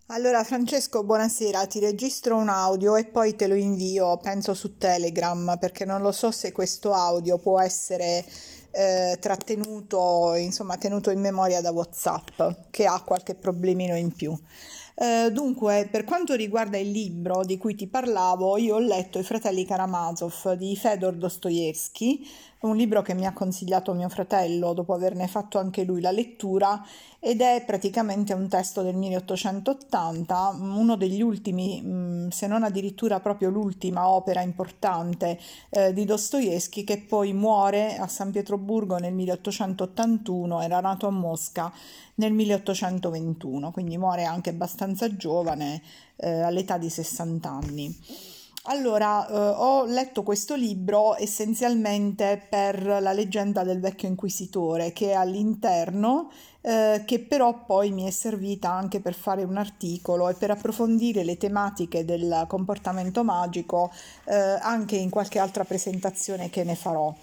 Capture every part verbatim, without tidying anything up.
Allora, Francesco, buonasera, ti registro un audio e poi te lo invio, penso su Telegram, perché non lo so se questo audio può essere eh, trattenuto, insomma, tenuto in memoria da WhatsApp, che ha qualche problemino in più. Eh, dunque, per quanto riguarda il libro di cui ti parlavo, io ho letto I fratelli Karamazov di Fëdor Dostoevskij, un libro che mi ha consigliato mio fratello dopo averne fatto anche lui la lettura, ed è praticamente un testo del milleottocentottanta, uno degli ultimi, mh, se non addirittura proprio l'ultima opera importante eh, di Dostoevskij, che poi muore a San Pietroburgo nel milleottocentottantuno, era nato a Mosca nel milleottocentoventuno, quindi muore anche abbastanza giovane, eh, all'età di sessanta anni. Allora, eh, ho letto questo libro essenzialmente per la leggenda del vecchio inquisitore, che è all'interno, eh, che però poi mi è servita anche per fare un articolo e per approfondire le tematiche del comportamento magico, eh, anche in qualche altra presentazione che ne farò.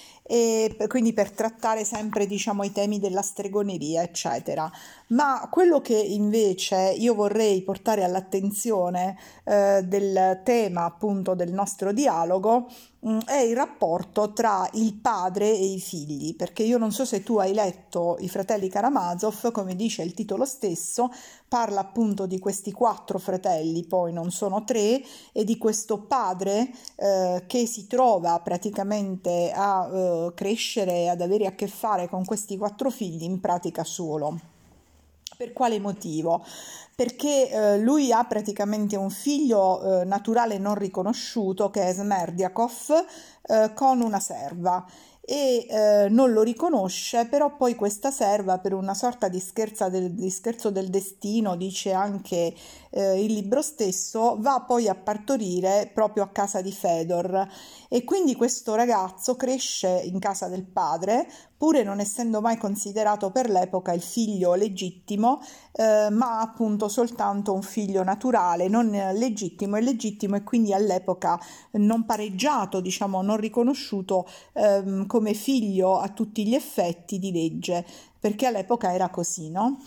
E p- quindi per trattare sempre, diciamo, i temi della stregoneria, eccetera. Ma quello che invece io vorrei portare all'attenzione eh, del tema appunto del nostro dialogo mh, è il rapporto tra il padre e i figli, perché io non so se tu hai letto I fratelli Karamazov, come dice il titolo stesso, parla appunto di questi quattro fratelli, poi non sono tre, e di questo padre eh, che si trova praticamente a eh, crescere, ad avere a che fare con questi quattro figli in pratica solo. Per quale motivo? Perché eh, lui ha praticamente un figlio eh, naturale non riconosciuto che è Smerdiakov, eh, con una serva, e eh, non lo riconosce, però poi questa serva, per una sorta di, scherza del, di scherzo del destino, dice anche eh, il libro stesso, va poi a partorire proprio a casa di Fedor, e quindi questo ragazzo cresce in casa del padre, pure non essendo mai considerato per l'epoca il figlio legittimo, eh, ma appunto soltanto un figlio naturale, non legittimo e legittimo, e quindi all'epoca non pareggiato, diciamo, non riconosciuto ehm, come figlio a tutti gli effetti di legge, perché all'epoca era così, no?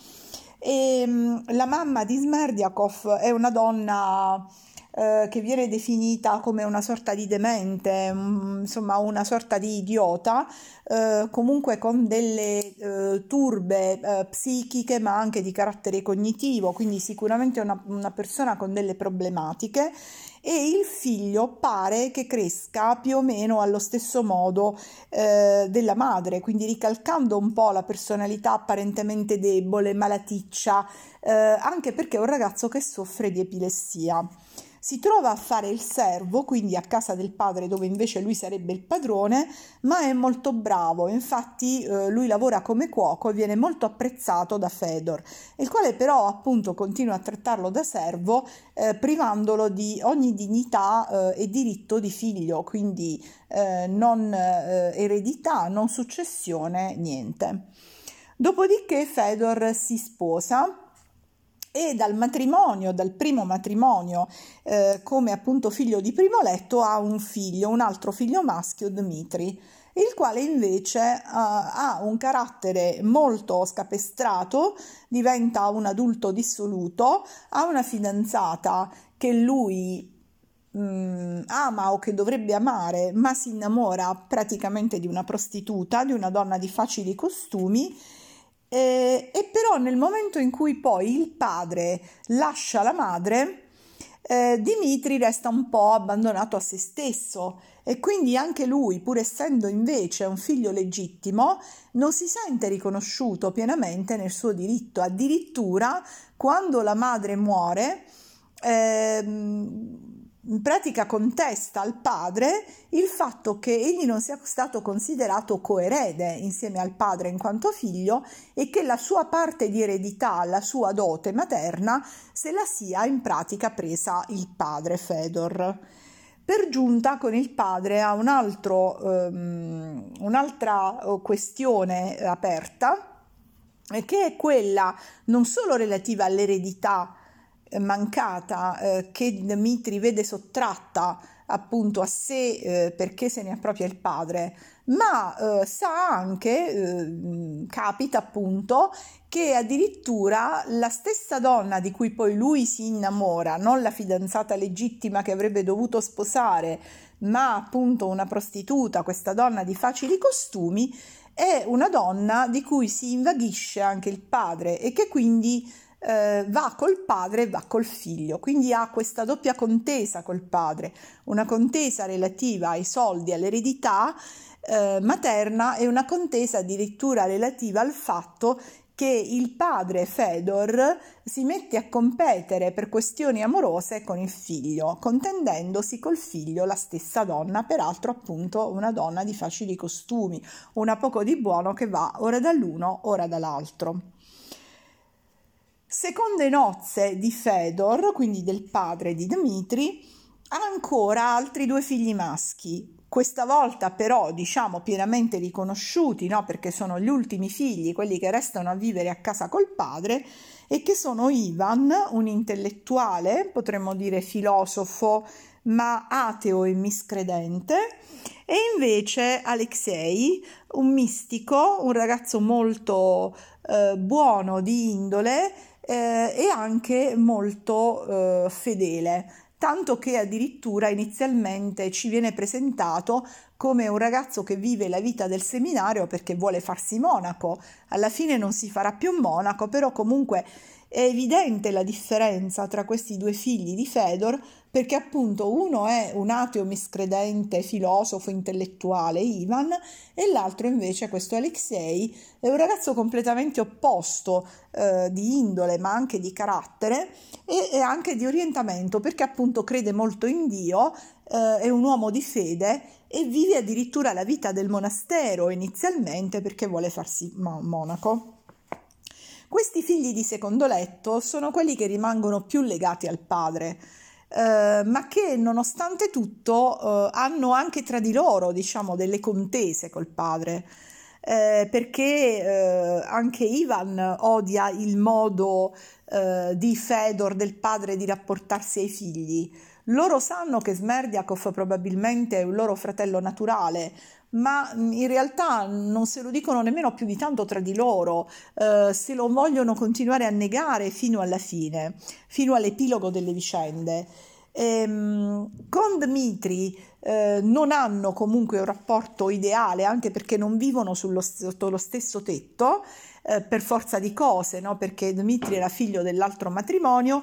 E mh, la mamma di Smerdiakov è una donna eh, che viene definita come una sorta di demente, mm, insomma una sorta di idiota, eh, comunque con delle eh, turbe eh, psichiche, ma anche di carattere cognitivo, quindi sicuramente una, una persona con delle problematiche. E il figlio pare che cresca più o meno allo stesso modo eh, della madre, quindi ricalcando un po' la personalità apparentemente debole, malaticcia, eh, anche perché è un ragazzo che soffre di epilessia. Si trova a fare il servo, quindi a casa del padre, dove invece lui sarebbe il padrone, ma è molto bravo. Infatti eh, lui lavora come cuoco e viene molto apprezzato da Fedor, il quale però appunto continua a trattarlo da servo, eh, privandolo di ogni dignità eh, e diritto di figlio, quindi eh, non eh, eredità, non successione, niente. Dopodiché Fedor si sposa, e dal matrimonio, dal primo matrimonio, eh, come appunto figlio di primo letto, ha un figlio, un altro figlio maschio, Dmitri, il quale invece uh, ha un carattere molto scapestrato, diventa un adulto dissoluto, ha una fidanzata che lui mm, ama o che dovrebbe amare, ma si innamora praticamente di una prostituta, di una donna di facili costumi. Eh, e però nel momento in cui poi il padre lascia la madre, eh, Dimitri resta un po' abbandonato a se stesso, e quindi anche lui, pur essendo invece un figlio legittimo, non si sente riconosciuto pienamente nel suo diritto. Addirittura quando la madre muore, ehm, in pratica contesta al padre il fatto che egli non sia stato considerato coerede insieme al padre in quanto figlio, e che la sua parte di eredità, la sua dote materna, se la sia in pratica presa il padre Fedor. Per giunta con il padre ha un altro, um, un'altra questione aperta, che è quella non solo relativa all'eredità mancata, eh, che Dmitri vede sottratta appunto a sé, eh, perché se ne appropria il padre, ma eh, sa anche, eh, capita appunto, che addirittura la stessa donna di cui poi lui si innamora, non la fidanzata legittima che avrebbe dovuto sposare, ma appunto una prostituta, questa donna di facili costumi, è una donna di cui si invaghisce anche il padre e che quindi eh, va col padre e va col figlio, quindi ha questa doppia contesa col padre, una contesa relativa ai soldi, all'eredità eh, materna e una contesa addirittura relativa al fatto che il padre Fedor si mette a competere per questioni amorose con il figlio, contendendosi col figlio la stessa donna, peraltro appunto una donna di facili costumi, una poco di buono che va ora dall'uno, ora dall'altro. Seconde nozze di Fedor, quindi del padre di Dmitri, ha ancora altri due figli maschi. Questa volta però diciamo pienamente riconosciuti, no? Perché sono gli ultimi figli, quelli che restano a vivere a casa col padre, e che sono Ivan, un intellettuale, potremmo dire filosofo, ma ateo e miscredente, e invece Alexei, un mistico, un ragazzo molto eh, buono di indole eh, e anche molto eh, fedele. Tanto che addirittura inizialmente ci viene presentato come un ragazzo che vive la vita del seminario perché vuole farsi monaco. Alla fine non si farà più monaco, però comunque è evidente la differenza tra questi due figli di Fedor, perché appunto uno è un ateo miscredente, filosofo, intellettuale, Ivan, e l'altro invece, questo Alexei, è un ragazzo completamente opposto eh, di indole, ma anche di carattere e, e anche di orientamento, perché appunto crede molto in Dio, eh, è un uomo di fede e vive addirittura la vita del monastero inizialmente perché vuole farsi mo- monaco. Questi figli di secondo letto sono quelli che rimangono più legati al padre, eh, ma che nonostante tutto eh, hanno anche tra di loro, diciamo, delle contese col padre, eh, perché eh, anche Ivan odia il modo eh, di Fedor, del padre, di rapportarsi ai figli. Loro sanno che Smerdiakov probabilmente è un loro fratello naturale, ma in realtà non se lo dicono nemmeno più di tanto tra di loro, eh, se lo vogliono continuare a negare fino alla fine, fino all'epilogo delle vicende. Ehm, con Dmitri eh, non hanno comunque un rapporto ideale, anche perché non vivono sullo, sotto lo stesso tetto, eh, per forza di cose, no? Perché Dmitri era figlio dell'altro matrimonio,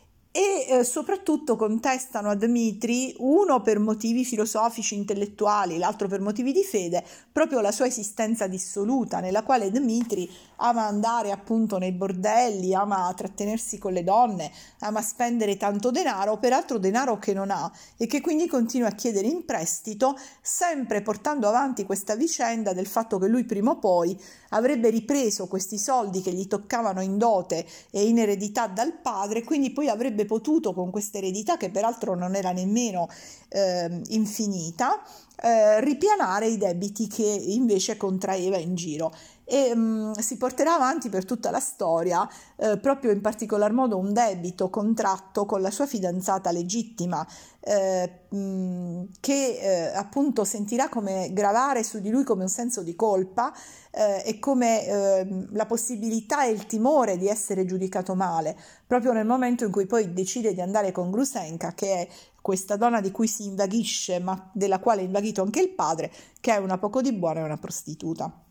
e eh, soprattutto contestano a Dmitri, uno per motivi filosofici, intellettuali, l'altro per motivi di fede, proprio la sua esistenza dissoluta, nella quale Dmitri ama andare appunto nei bordelli, ama trattenersi con le donne, ama spendere tanto denaro, peraltro denaro che non ha, e che quindi continua a chiedere in prestito, sempre portando avanti questa vicenda del fatto che lui prima o poi avrebbe ripreso questi soldi che gli toccavano in dote e in eredità dal padre, quindi poi avrebbe potuto, con questa eredità che peraltro non era nemmeno eh, infinita, eh, ripianare i debiti che invece contraeva in giro. E mh, si porterà avanti per tutta la storia, eh, proprio in particolar modo un debito contratto con la sua fidanzata legittima, eh, mh, che eh, appunto sentirà come gravare su di lui come un senso di colpa, eh, e come eh, la possibilità e il timore di essere giudicato male, proprio nel momento in cui poi decide di andare con Grusenka, che è questa donna di cui si invaghisce, ma della quale è invaghito anche il padre, che è una poco di buona e una prostituta.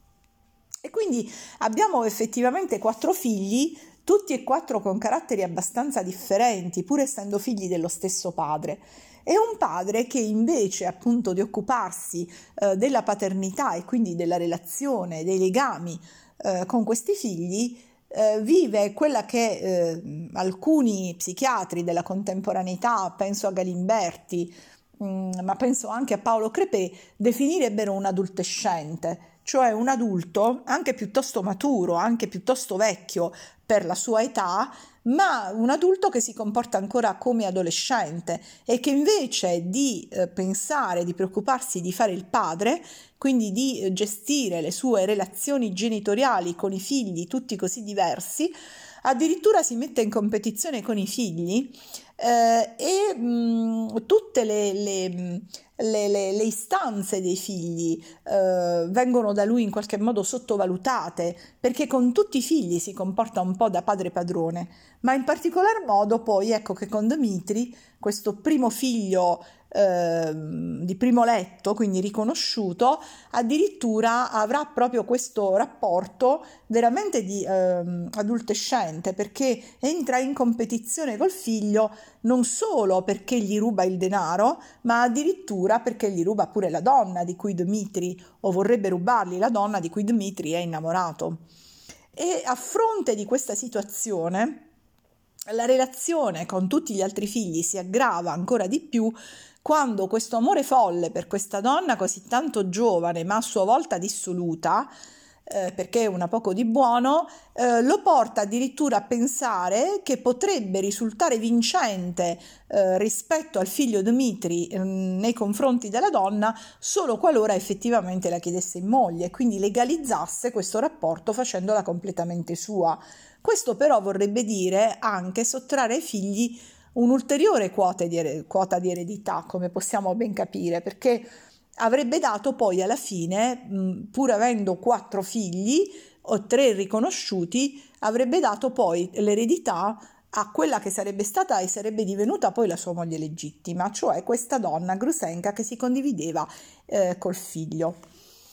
E quindi abbiamo effettivamente quattro figli, tutti e quattro con caratteri abbastanza differenti, pur essendo figli dello stesso padre. E un padre che invece appunto di occuparsi eh, della paternità e quindi della relazione, dei legami eh, con questi figli, eh, vive quella che eh, alcuni psichiatri della contemporaneità, penso a Galimberti, mh, ma penso anche a Paolo Crepè, definirebbero un adultescente, cioè un adulto anche piuttosto maturo, anche piuttosto vecchio per la sua età, ma un adulto che si comporta ancora come adolescente e che invece di eh, pensare, di preoccuparsi di fare il padre, quindi di eh, gestire le sue relazioni genitoriali con i figli tutti così diversi, addirittura si mette in competizione con i figli eh, e mh, tutte le, le, le, le, le istanze dei figli eh, vengono da lui in qualche modo sottovalutate, perché con tutti i figli si comporta un po' da padre padrone, ma in particolar modo poi ecco che con Dmitri, questo primo figlio eh, di primo letto, quindi riconosciuto, addirittura avrà proprio questo rapporto veramente di ehm, adultescente, perché entra in competizione col figlio non solo perché gli ruba il denaro, ma addirittura perché gli ruba pure la donna di cui Dmitri, o vorrebbe rubargli la donna di cui Dmitri è innamorato. E a fronte di questa situazione, la relazione con tutti gli altri figli si aggrava ancora di più quando questo amore folle per questa donna così tanto giovane, ma a sua volta dissoluta, eh, perché è una poco di buono, eh, lo porta addirittura a pensare che potrebbe risultare vincente eh, rispetto al figlio Dmitri eh, nei confronti della donna solo qualora effettivamente la chiedesse in moglie e quindi legalizzasse questo rapporto facendola completamente sua. Questo però vorrebbe dire anche sottrarre ai figli un'ulteriore quota di, quota di eredità, come possiamo ben capire, perché avrebbe dato poi alla fine, mh, pur avendo quattro figli o tre riconosciuti, avrebbe dato poi l'eredità a quella che sarebbe stata e sarebbe divenuta poi la sua moglie legittima, cioè questa donna Grusenka che si condivideva eh, col figlio.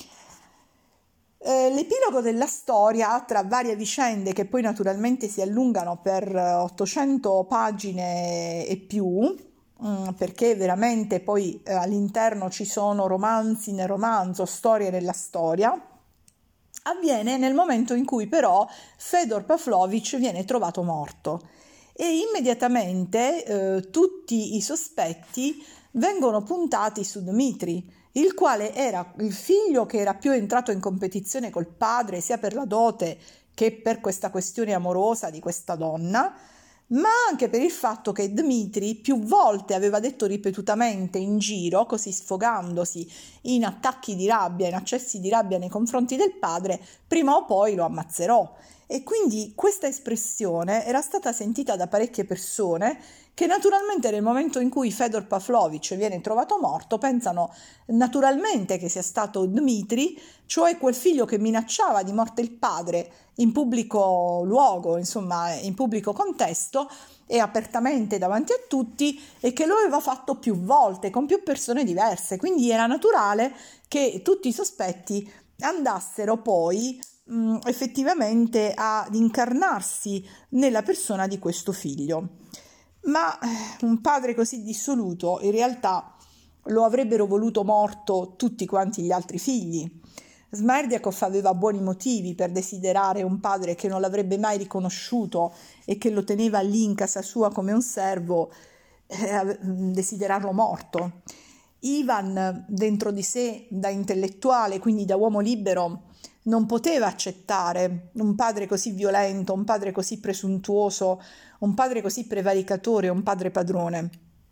Eh, L'epilogo della storia, tra varie vicende che poi naturalmente si allungano per ottocento pagine e più, mm, perché veramente poi eh, all'interno ci sono romanzi nel romanzo, storie nella storia, avviene nel momento in cui però Fedor Pavlovich viene trovato morto e immediatamente eh, tutti i sospetti vengono puntati su Dmitri, il quale era il figlio che era più entrato in competizione col padre sia per la dote che per questa questione amorosa di questa donna, ma anche per il fatto che Dmitri più volte aveva detto ripetutamente in giro, così sfogandosi in attacchi di rabbia, in accessi di rabbia nei confronti del padre, prima o poi lo ammazzerò. E quindi questa espressione era stata sentita da parecchie persone che naturalmente nel momento in cui Fedor Pavlovich viene trovato morto pensano naturalmente che sia stato Dmitri, cioè quel figlio che minacciava di morte il padre in pubblico luogo, insomma in pubblico contesto e apertamente davanti a tutti e che lo aveva fatto più volte con più persone diverse, quindi era naturale che tutti i sospetti andassero poi mh, effettivamente ad incarnarsi nella persona di questo figlio. Ma un padre così dissoluto in realtà lo avrebbero voluto morto tutti quanti gli altri figli. Smerdiakov aveva buoni motivi per desiderare un padre che non l'avrebbe mai riconosciuto e che lo teneva lì in casa sua come un servo, eh, desiderarlo morto. Ivan, dentro di sé, da intellettuale, quindi da uomo libero, non poteva accettare un padre così violento, un padre così presuntuoso, un padre così prevaricatore, un padre padrone.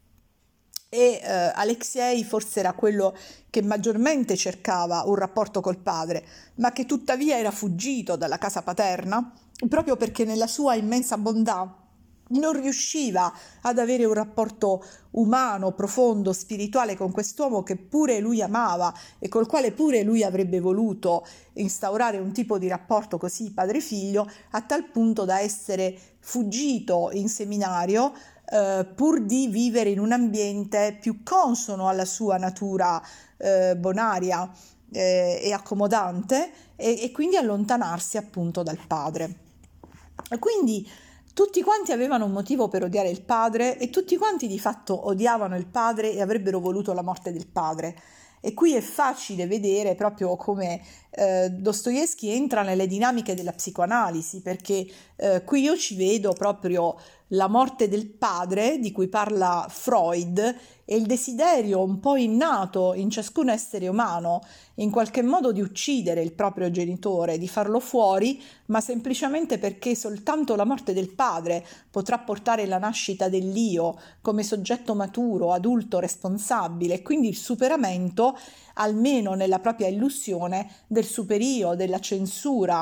E eh, Alexei forse era quello che maggiormente cercava un rapporto col padre, ma che tuttavia era fuggito dalla casa paterna, proprio perché nella sua immensa bontà non riusciva ad avere un rapporto umano, profondo, spirituale con quest'uomo che pure lui amava e col quale pure lui avrebbe voluto instaurare un tipo di rapporto così padre-figlio, a tal punto da essere fuggito in seminario eh, pur di vivere in un ambiente più consono alla sua natura eh, bonaria eh, e accomodante e, e quindi allontanarsi appunto dal padre. Quindi tutti quanti avevano un motivo per odiare il padre e tutti quanti di fatto odiavano il padre e avrebbero voluto la morte del padre. E qui è facile vedere proprio come eh, Dostoevskij entra nelle dinamiche della psicoanalisi, perché eh, qui io ci vedo proprio la morte del padre di cui parla Freud e il desiderio un po' innato in ciascun essere umano in qualche modo di uccidere il proprio genitore, di farlo fuori, ma semplicemente perché soltanto la morte del padre potrà portare la nascita dell'io come soggetto maturo, adulto, responsabile e quindi il superamento, almeno nella propria illusione, del superio, della censura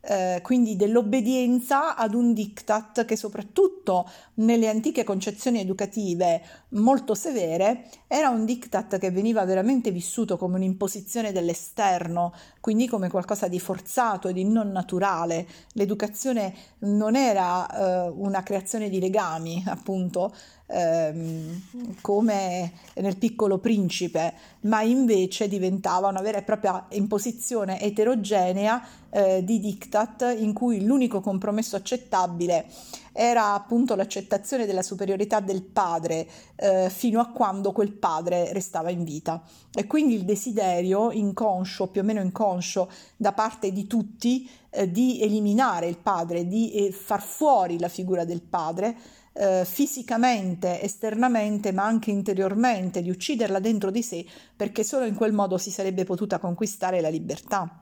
eh, quindi dell'obbedienza ad un diktat che soprattutto nelle antiche concezioni educative molto severe era un diktat che veniva veramente vissuto come un'imposizione dell'esterno, quindi come qualcosa di forzato e di non naturale. L'educazione non era eh, una creazione di legami, appunto, ehm, come nel Piccolo Principe, ma invece diventava una vera e propria imposizione eterogenea eh, di diktat in cui l'unico compromesso accettabile era appunto l'accettazione della superiorità del padre eh, fino a quando quel padre restava in vita. E quindi il desiderio inconscio, più o meno inconscio, da parte di tutti eh, di eliminare il padre, di eh, far fuori la figura del padre, eh, fisicamente, esternamente, ma anche interiormente, di ucciderla dentro di sé, perché solo in quel modo si sarebbe potuta conquistare la libertà.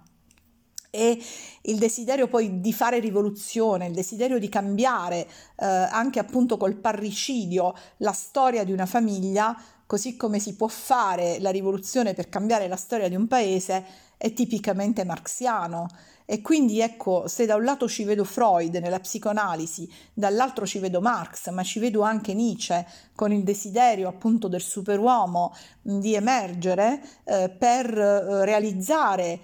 E il desiderio poi di fare rivoluzione, il desiderio di cambiare eh, anche appunto col parricidio la storia di una famiglia, così come si può fare la rivoluzione per cambiare la storia di un paese, è tipicamente marxiano. E quindi ecco, se da un lato ci vedo Freud nella psicoanalisi, dall'altro ci vedo Marx, ma ci vedo anche Nietzsche con il desiderio appunto del superuomo mh, di emergere eh, per eh, realizzare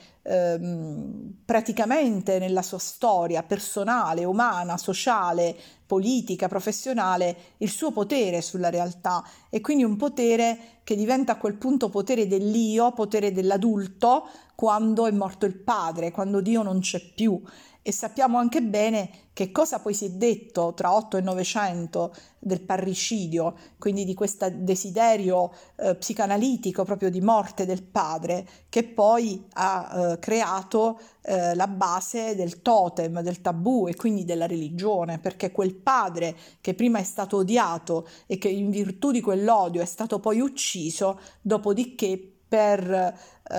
ehm, praticamente nella sua storia personale, umana, sociale, politica, professionale, il suo potere sulla realtà, e quindi un potere che diventa a quel punto potere dell'io, potere dell'adulto, quando è morto il padre, quando Dio non c'è più. E sappiamo anche bene che cosa poi si è detto tra otto e novecento del parricidio, quindi di questo desiderio eh, psicanalitico proprio di morte del padre, che poi ha eh, creato eh, la base del totem, del tabù e quindi della religione, perché quel padre che prima è stato odiato e che in virtù di quell'odio è stato poi ucciso, dopodiché per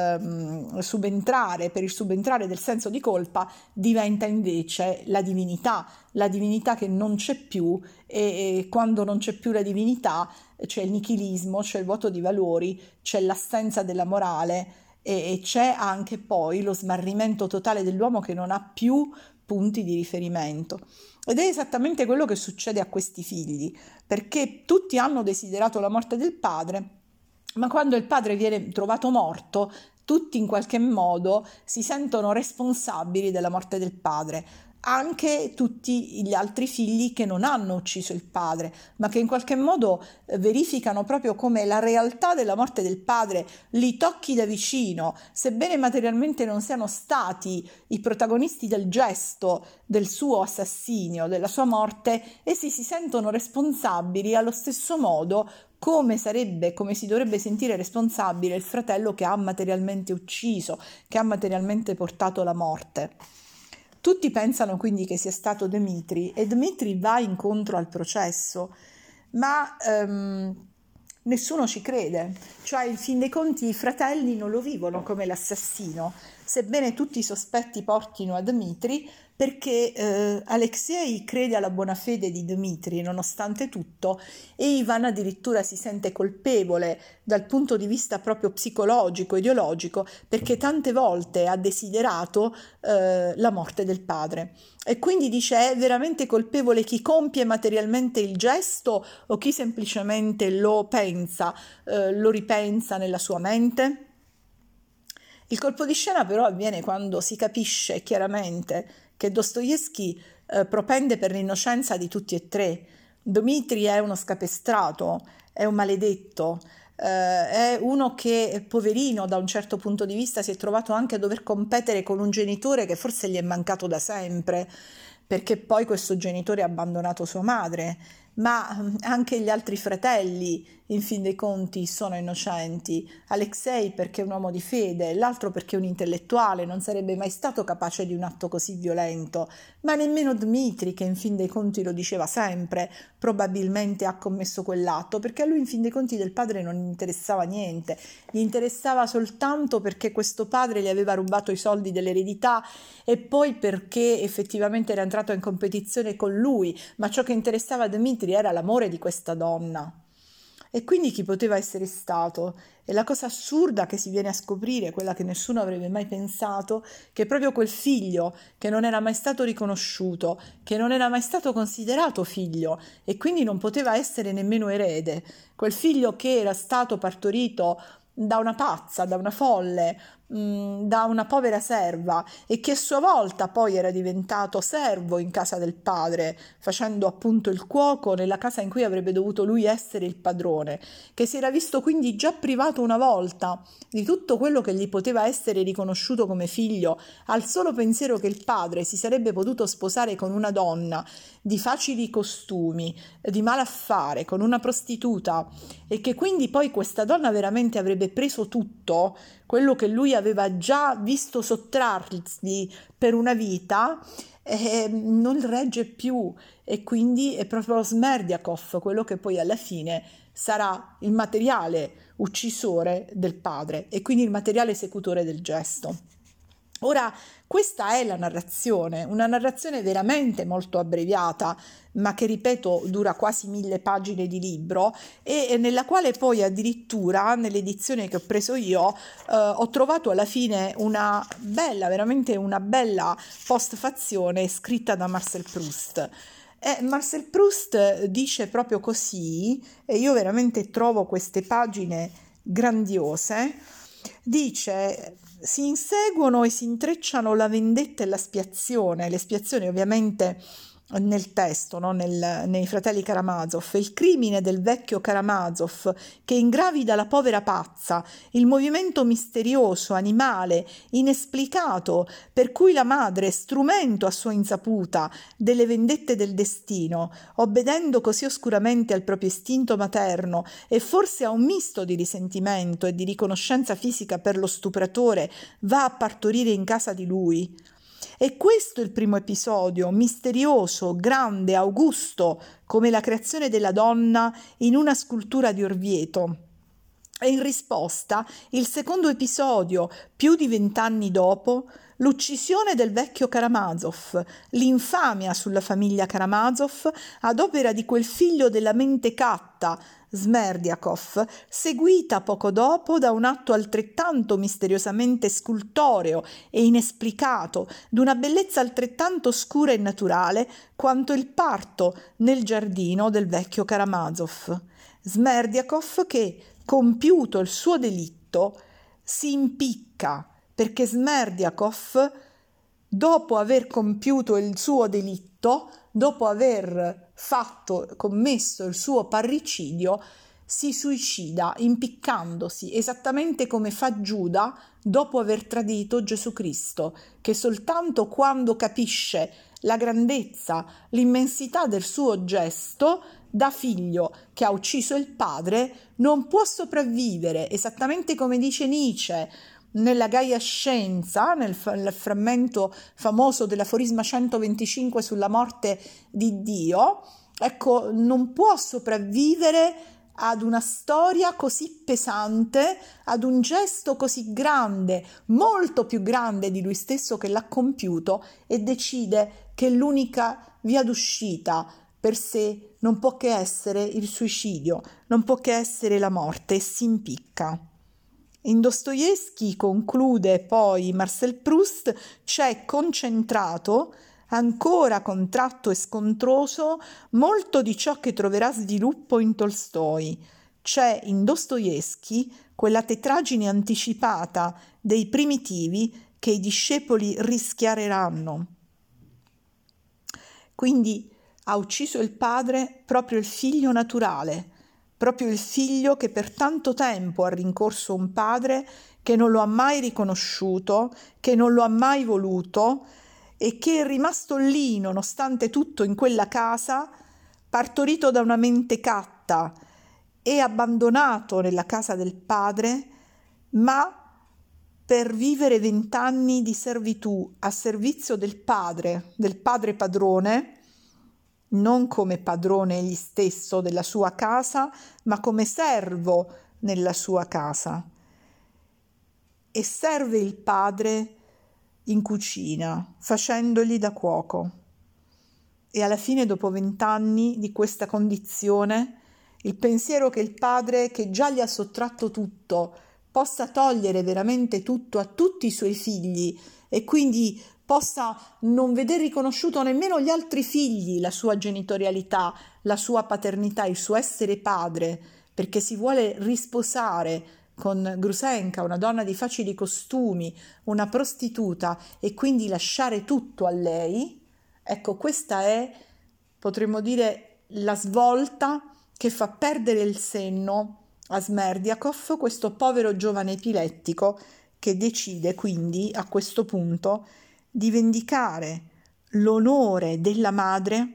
ehm, subentrare, per il subentrare del senso di colpa, diventa invece la divinità, la divinità che non c'è più, e, e quando non c'è più la divinità c'è il nichilismo, c'è il vuoto di valori, c'è l'assenza della morale e, e c'è anche poi lo smarrimento totale dell'uomo che non ha più punti di riferimento. Ed è esattamente quello che succede a questi figli, perché tutti hanno desiderato la morte del padre, ma quando il padre viene trovato morto, tutti in qualche modo si sentono responsabili della morte del padre, anche tutti gli altri figli che non hanno ucciso il padre, ma che in qualche modo verificano proprio come la realtà della morte del padre li tocchi da vicino, sebbene materialmente non siano stati i protagonisti del gesto del suo assassinio, della sua morte, essi si sentono responsabili allo stesso modo come sarebbe, come si dovrebbe sentire responsabile il fratello che ha materialmente ucciso, che ha materialmente portato la morte. Tutti pensano quindi che sia stato Dmitri, e Dmitri va incontro al processo, ma ehm, nessuno ci crede, cioè in fin dei conti i fratelli non lo vivono come l'assassino, sebbene tutti i sospetti portino a Dmitri, perché eh, Alexei crede alla buona fede di Dmitri nonostante tutto, e Ivan addirittura si sente colpevole dal punto di vista proprio psicologico, ideologico, perché tante volte ha desiderato eh, la morte del padre. E quindi dice: è veramente colpevole chi compie materialmente il gesto o chi semplicemente lo pensa, eh, lo ripensa nella sua mente? Il colpo di scena però avviene quando si capisce chiaramente che Dostoevskij eh, propende per l'innocenza di tutti e tre. Dmitri è uno scapestrato, è un maledetto, eh, è uno che, poverino, da un certo punto di vista si è trovato anche a dover competere con un genitore che forse gli è mancato da sempre, perché poi questo genitore ha abbandonato sua madre, ma anche gli altri fratelli, in fin dei conti, sono innocenti. Alexei perché è un uomo di fede, l'altro perché è un intellettuale, non sarebbe mai stato capace di un atto così violento, ma nemmeno Dmitri, che in fin dei conti lo diceva sempre, probabilmente ha commesso quell'atto, perché a lui in fin dei conti del padre non interessava niente, gli interessava soltanto perché questo padre gli aveva rubato i soldi dell'eredità e poi perché effettivamente era entrato in competizione con lui, ma ciò che interessava a Dmitri era l'amore di questa donna. E quindi chi poteva essere stato? E la cosa assurda che si viene a scoprire, quella che nessuno avrebbe mai pensato, che proprio quel figlio che non era mai stato riconosciuto, che non era mai stato considerato figlio e quindi non poteva essere nemmeno erede, quel figlio che era stato partorito da una pazza, da una folle, mh, da una povera serva e che a sua volta poi era diventato servo in casa del padre, facendo appunto il cuoco nella casa in cui avrebbe dovuto lui essere il padrone, che si era visto quindi già privato una volta di tutto quello che gli poteva essere riconosciuto come figlio, al solo pensiero che il padre si sarebbe potuto sposare con una donna di facili costumi, di malaffare, con una prostituta, e che quindi poi questa donna veramente avrebbe preso tutto quello che lui aveva già visto sottrarsi per una vita, eh, non regge più, e quindi è proprio Smerdiakov quello che poi alla fine sarà il materiale uccisore del padre e quindi il materiale esecutore del gesto. Ora, questa è la narrazione, una narrazione veramente molto abbreviata, ma che, ripeto, dura quasi mille pagine di libro e nella quale poi addirittura, nell'edizione che ho preso io, eh, ho trovato alla fine una bella, veramente una bella postfazione scritta da Marcel Proust. E Marcel Proust dice proprio così, e io veramente trovo queste pagine grandiose, dice: si inseguono e si intrecciano la vendetta e la spiazione, l'espiazione ovviamente nel testo, no? Nel, nei fratelli Karamazov, il crimine del vecchio Karamazov che ingravida la povera pazza, il movimento misterioso, animale, inesplicato, per cui la madre, strumento a sua insaputa delle vendette del destino, obbedendo così oscuramente al proprio istinto materno e forse a un misto di risentimento e di riconoscenza fisica per lo stupratore, va a partorire in casa di lui. E questo è il primo episodio, misterioso, grande, augusto, come la creazione della donna in una scultura di Orvieto. E in risposta, il secondo episodio, più di vent'anni dopo, l'uccisione del vecchio Karamazov, l'infamia sulla famiglia Karamazov ad opera di quel figlio della mentecatta, Smerdiakov, seguita poco dopo da un atto altrettanto misteriosamente scultoreo e inesplicato, d'una bellezza altrettanto scura e naturale quanto il parto nel giardino del vecchio Karamazov. Smerdiakov che, compiuto il suo delitto, si impicca, perché Smerdiakov, dopo aver compiuto il suo delitto, dopo aver fatto, commesso il suo parricidio, si suicida impiccandosi, esattamente come fa Giuda dopo aver tradito Gesù Cristo, che soltanto quando capisce la grandezza, l'immensità del suo gesto, da figlio che ha ucciso il padre, non può sopravvivere, esattamente come dice Nietzsche nella Gaia Scienza, nel, f- nel frammento famoso dell'aforisma centoventicinque sulla morte di Dio. Ecco, non può sopravvivere ad una storia così pesante, ad un gesto così grande, molto più grande di lui stesso che l'ha compiuto, e decide che l'unica via d'uscita per sé non può che essere il suicidio, non può che essere la morte, e si impicca. In Dostoevskij, conclude poi Marcel Proust, c'è concentrato, ancora contratto e scontroso, molto di ciò che troverà sviluppo in Tolstoi. C'è in Dostoevskij quella tetraggine anticipata dei primitivi che i discepoli rischiareranno. Quindi ha ucciso il padre proprio il figlio naturale, proprio il figlio che per tanto tempo ha rincorso un padre che non lo ha mai riconosciuto, che non lo ha mai voluto e che è rimasto lì, nonostante tutto, in quella casa, partorito da una mentecatta e abbandonato nella casa del padre, ma per vivere vent'anni di servitù a servizio del padre, del padre padrone, non come padrone egli stesso della sua casa, ma come servo nella sua casa. E serve il padre in cucina, facendogli da cuoco. E alla fine, dopo vent'anni di questa condizione, il pensiero che il padre, che già gli ha sottratto tutto, possa togliere veramente tutto a tutti i suoi figli e quindi possa non veder riconosciuto nemmeno gli altri figli la sua genitorialità, la sua paternità, il suo essere padre, perché si vuole risposare con Grusenka, una donna di facili costumi, una prostituta, e quindi lasciare tutto a lei. Ecco, questa è, potremmo dire, la svolta che fa perdere il senno a Smerdiakov, questo povero giovane epilettico che decide quindi a questo punto di vendicare l'onore della madre,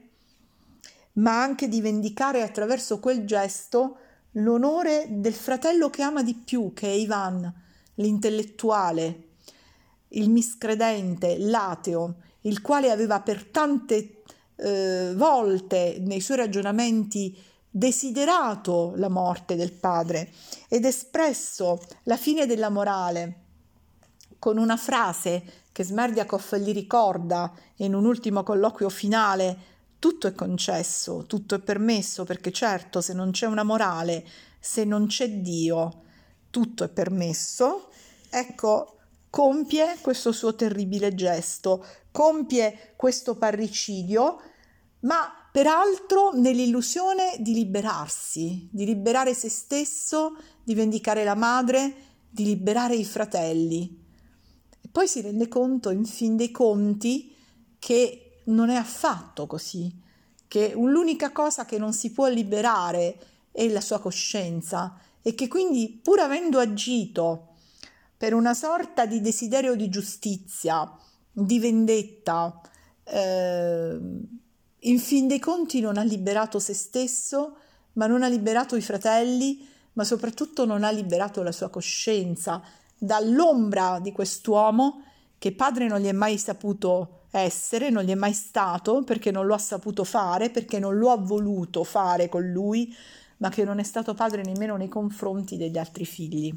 ma anche di vendicare attraverso quel gesto l'onore del fratello che ama di più, che è Ivan, l'intellettuale, il miscredente, l'ateo, il quale aveva per tante eh, volte nei suoi ragionamenti desiderato la morte del padre ed espresso la fine della morale con una frase che Smerdiakov gli ricorda in un ultimo colloquio finale: tutto è concesso, tutto è permesso, perché certo, se non c'è una morale, se non c'è Dio, tutto è permesso. Ecco, compie questo suo terribile gesto, compie questo parricidio, ma peraltro nell'illusione di liberarsi, di liberare se stesso, di vendicare la madre, di liberare i fratelli. E poi si rende conto, in fin dei conti, che non è affatto così, che l'unica cosa che non si può liberare è la sua coscienza e che quindi, pur avendo agito per una sorta di desiderio di giustizia, di vendetta, eh, in fin dei conti non ha liberato se stesso, ma non ha liberato i fratelli, ma soprattutto non ha liberato la sua coscienza dall'ombra di quest'uomo che padre non gli è mai saputo essere, non gli è mai stato, perché non lo ha saputo fare, perché non lo ha voluto fare con lui, ma che non è stato padre nemmeno nei confronti degli altri figli.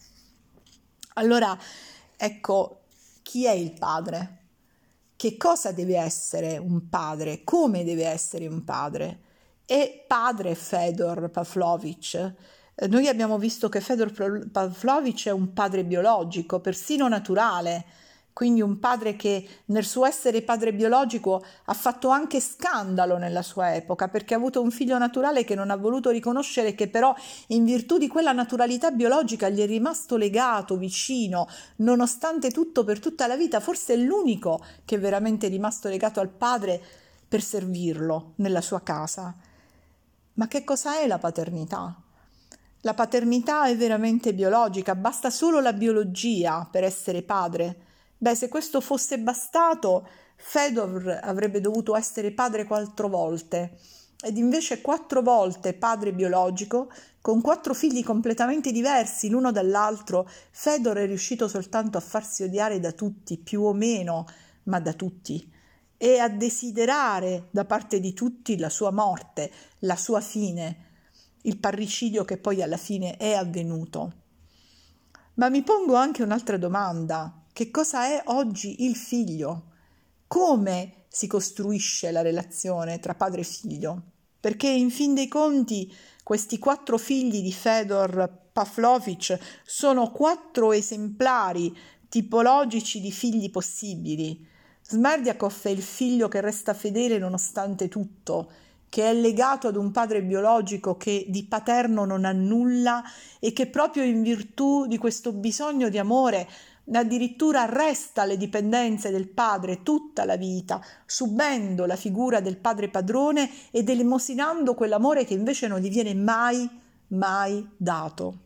Allora, ecco, chi è il padre? Che cosa deve essere un padre? Come deve essere un padre? E padre Fedor Pavlovich. Eh, noi abbiamo visto che Fedor Pavlovich è un padre biologico, persino naturale, quindi un padre che nel suo essere padre biologico ha fatto anche scandalo nella sua epoca, perché ha avuto un figlio naturale che non ha voluto riconoscere, che però in virtù di quella naturalità biologica gli è rimasto legato, vicino, nonostante tutto, per tutta la vita. Forse è l'unico che è veramente rimasto legato al padre per servirlo nella sua casa. Ma che cosa è la paternità? La paternità è veramente biologica, basta solo la biologia per essere padre. Beh, se questo fosse bastato, Fedor avrebbe dovuto essere padre quattro volte, ed invece quattro volte padre biologico, con quattro figli completamente diversi l'uno dall'altro. Fedor è riuscito soltanto a farsi odiare da tutti, più o meno, ma da tutti, e a desiderare da parte di tutti la sua morte, la sua fine, il parricidio che poi alla fine è avvenuto. Ma mi pongo anche un'altra domanda: che cosa è oggi il figlio? Come si costruisce la relazione tra padre e figlio? Perché in fin dei conti questi quattro figli di Fedor Pavlovich sono quattro esemplari tipologici di figli possibili. Smerdiakov è il figlio che resta fedele nonostante tutto, che è legato ad un padre biologico che di paterno non ha nulla e che proprio in virtù di questo bisogno di amore addirittura resta le dipendenze del padre tutta la vita, subendo la figura del padre padrone ed elemosinando quell'amore che invece non gli viene mai, mai dato.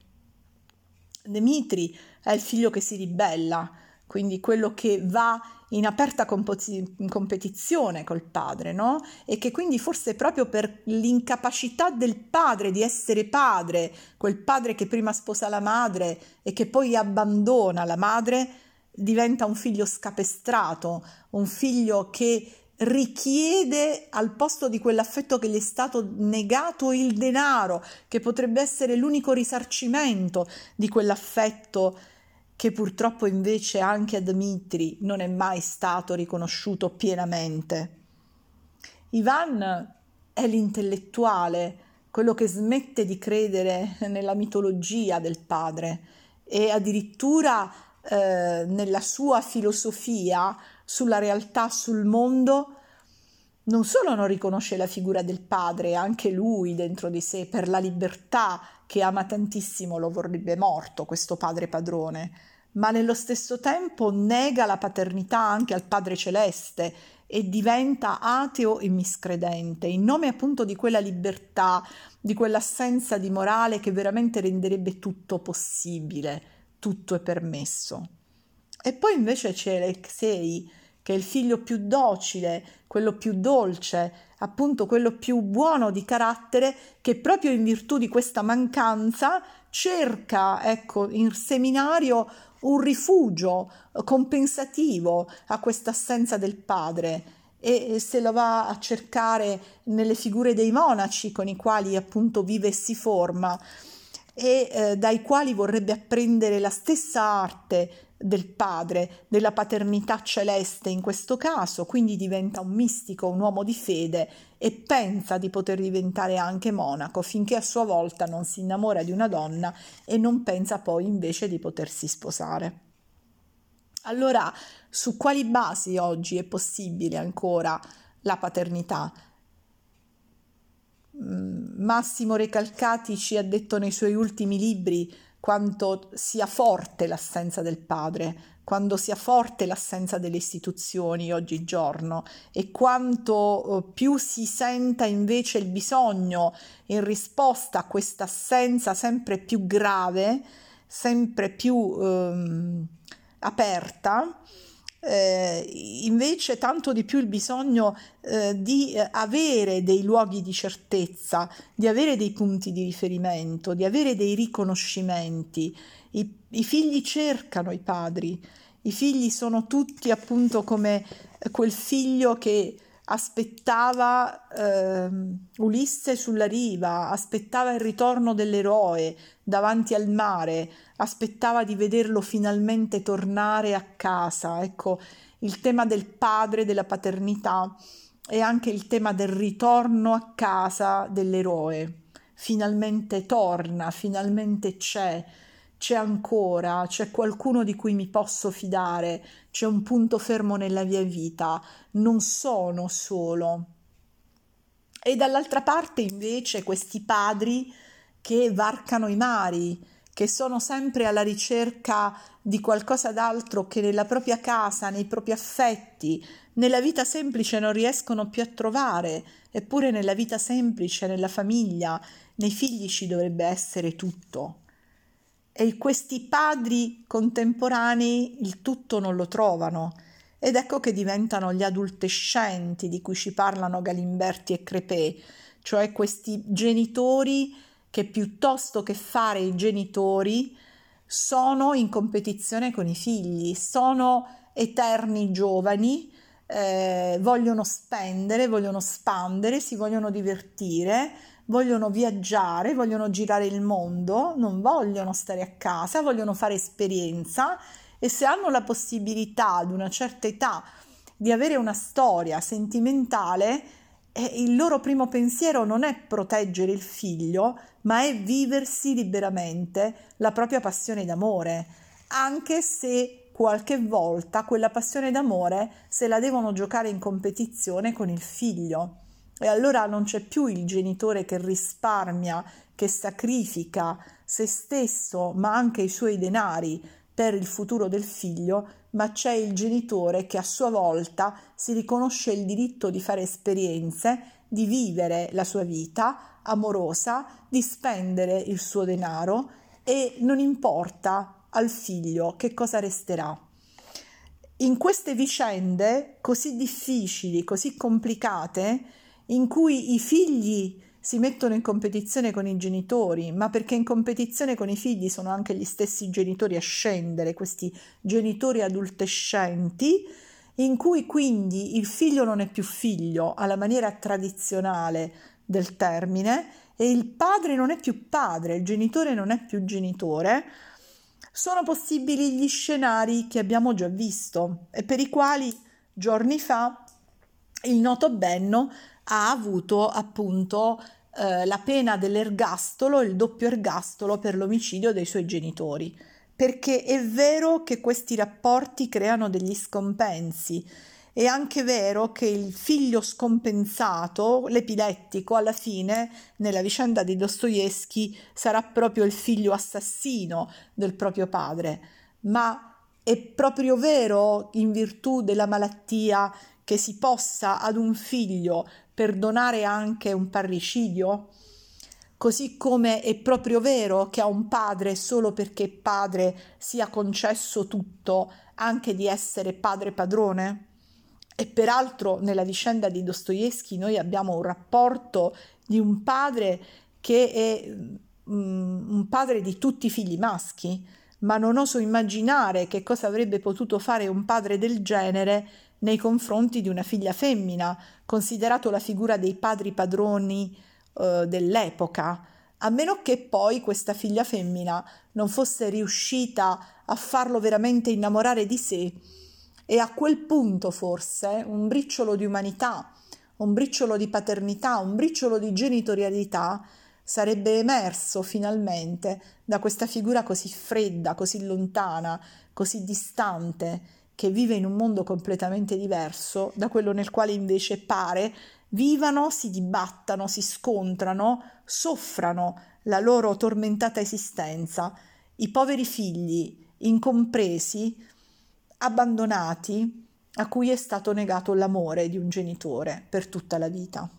Dmitri è il figlio che si ribella, quindi quello che va in aperta composi- competizione col padre, no? E che quindi forse proprio per l'incapacità del padre di essere padre, quel padre che prima sposa la madre e che poi abbandona la madre, diventa un figlio scapestrato, un figlio che richiede al posto di quell'affetto che gli è stato negato il denaro, che potrebbe essere l'unico risarcimento di quell'affetto che purtroppo invece anche a Dmitri non è mai stato riconosciuto pienamente. Ivan è l'intellettuale quello che smette di credere nella mitologia del padre e addirittura eh, nella sua filosofia sulla realtà, sul mondo, non solo non riconosce la figura del padre, anche lui dentro di sé, per la libertà che ama tantissimo, lo vorrebbe morto, questo padre padrone, ma nello stesso tempo nega la paternità anche al Padre Celeste e diventa ateo e miscredente, in nome appunto di quella libertà, di quell'assenza di morale che veramente renderebbe tutto possibile, tutto è permesso. E poi invece c'è Alexei, che è il figlio più docile, quello più dolce, appunto quello più buono di carattere, che proprio in virtù di questa mancanza cerca, ecco, in seminario un rifugio compensativo a questa assenza del padre e se lo va a cercare nelle figure dei monaci con i quali appunto vive e si forma e eh, dai quali vorrebbe apprendere la stessa arte del padre, della paternità celeste in questo caso, quindi diventa un mistico, un uomo di fede e pensa di poter diventare anche monaco finché a sua volta non si innamora di una donna e non pensa poi invece di potersi sposare. Allora, su quali basi oggi è possibile ancora la paternità? Massimo Recalcati ci ha detto nei suoi ultimi libri quanto sia forte l'assenza del padre, quando sia forte l'assenza delle istituzioni oggigiorno e quanto più si senta invece il bisogno in risposta a questa assenza sempre più grave, sempre più ehm, aperta, eh, invece tanto di più il bisogno eh, di eh, avere dei luoghi di certezza, di avere dei punti di riferimento, di avere dei riconoscimenti. I, i figli cercano i padri, i figli sono tutti appunto come quel figlio che aspettava eh, Ulisse sulla riva, aspettava il ritorno dell'eroe davanti al mare, aspettava di vederlo finalmente tornare a casa. Ecco, il tema del padre, della paternità e anche il tema del ritorno a casa dell'eroe. Finalmente torna, finalmente c'è, c'è ancora, c'è qualcuno di cui mi posso fidare, c'è un punto fermo nella mia vita, non sono solo. E dall'altra parte invece questi padri che varcano i mari, che sono sempre alla ricerca di qualcosa d'altro che nella propria casa, nei propri affetti, nella vita semplice non riescono più a trovare, eppure nella vita semplice, nella famiglia, nei figli ci dovrebbe essere tutto. E questi padri contemporanei il tutto non lo trovano. Ed ecco che diventano gli adultescenti di cui ci parlano Galimberti e Crepè, cioè questi genitori che piuttosto che fare i genitori sono in competizione con i figli, sono eterni giovani, eh, vogliono spendere, vogliono spandere, si vogliono divertire, vogliono viaggiare, vogliono girare il mondo, non vogliono stare a casa, vogliono fare esperienza e se hanno la possibilità ad una certa età di avere una storia sentimentale, eh, il loro primo pensiero non è proteggere il figlio, ma è viversi liberamente la propria passione d'amore, anche se qualche volta quella passione d'amore se la devono giocare in competizione con il figlio. E allora non c'è più il genitore che risparmia, che sacrifica se stesso, ma anche i suoi denari per il futuro del figlio, ma c'è il genitore che a sua volta si riconosce il diritto di fare esperienze, di vivere la sua vita amorosa, di spendere il suo denaro e non importa al figlio che cosa resterà. In queste vicende così difficili, così complicate, in cui i figli si mettono in competizione con i genitori, ma perché in competizione con i figli sono anche gli stessi genitori a scendere, questi genitori adultescenti, in cui quindi il figlio non è più figlio alla maniera tradizionale del termine e il padre non è più padre, il genitore non è più genitore, sono possibili gli scenari che abbiamo già visto e per i quali giorni fa il noto Benno ha avuto appunto eh, la pena dell'ergastolo, il doppio ergastolo per l'omicidio dei suoi genitori, perché è vero che questi rapporti creano degli scompensi. È anche vero che il figlio scompensato, l'epilettico, alla fine, nella vicenda di Dostoevskij, sarà proprio il figlio assassino del proprio padre. Ma è proprio vero, in virtù della malattia, che si possa ad un figlio perdonare anche un parricidio? Così come è proprio vero che a un padre, solo perché è padre, sia concesso tutto, anche di essere padre padrone? E peraltro nella vicenda di Dostoevskij noi abbiamo un rapporto di un padre che è mm, un padre di tutti i figli maschi, ma non oso immaginare che cosa avrebbe potuto fare un padre del genere nei confronti di una figlia femmina, considerato la figura dei padri padroni eh, dell'epoca, a meno che poi questa figlia femmina non fosse riuscita a farlo veramente innamorare di sé, e a quel punto forse un briciolo di umanità, un briciolo di paternità, un briciolo di genitorialità sarebbe emerso finalmente da questa figura così fredda, così lontana, così distante, che vive in un mondo completamente diverso da quello nel quale invece pare vivano, si dibattano, si scontrano, soffrano la loro tormentata esistenza, i poveri figli incompresi, abbandonati, a cui è stato negato l'amore di un genitore per tutta la vita.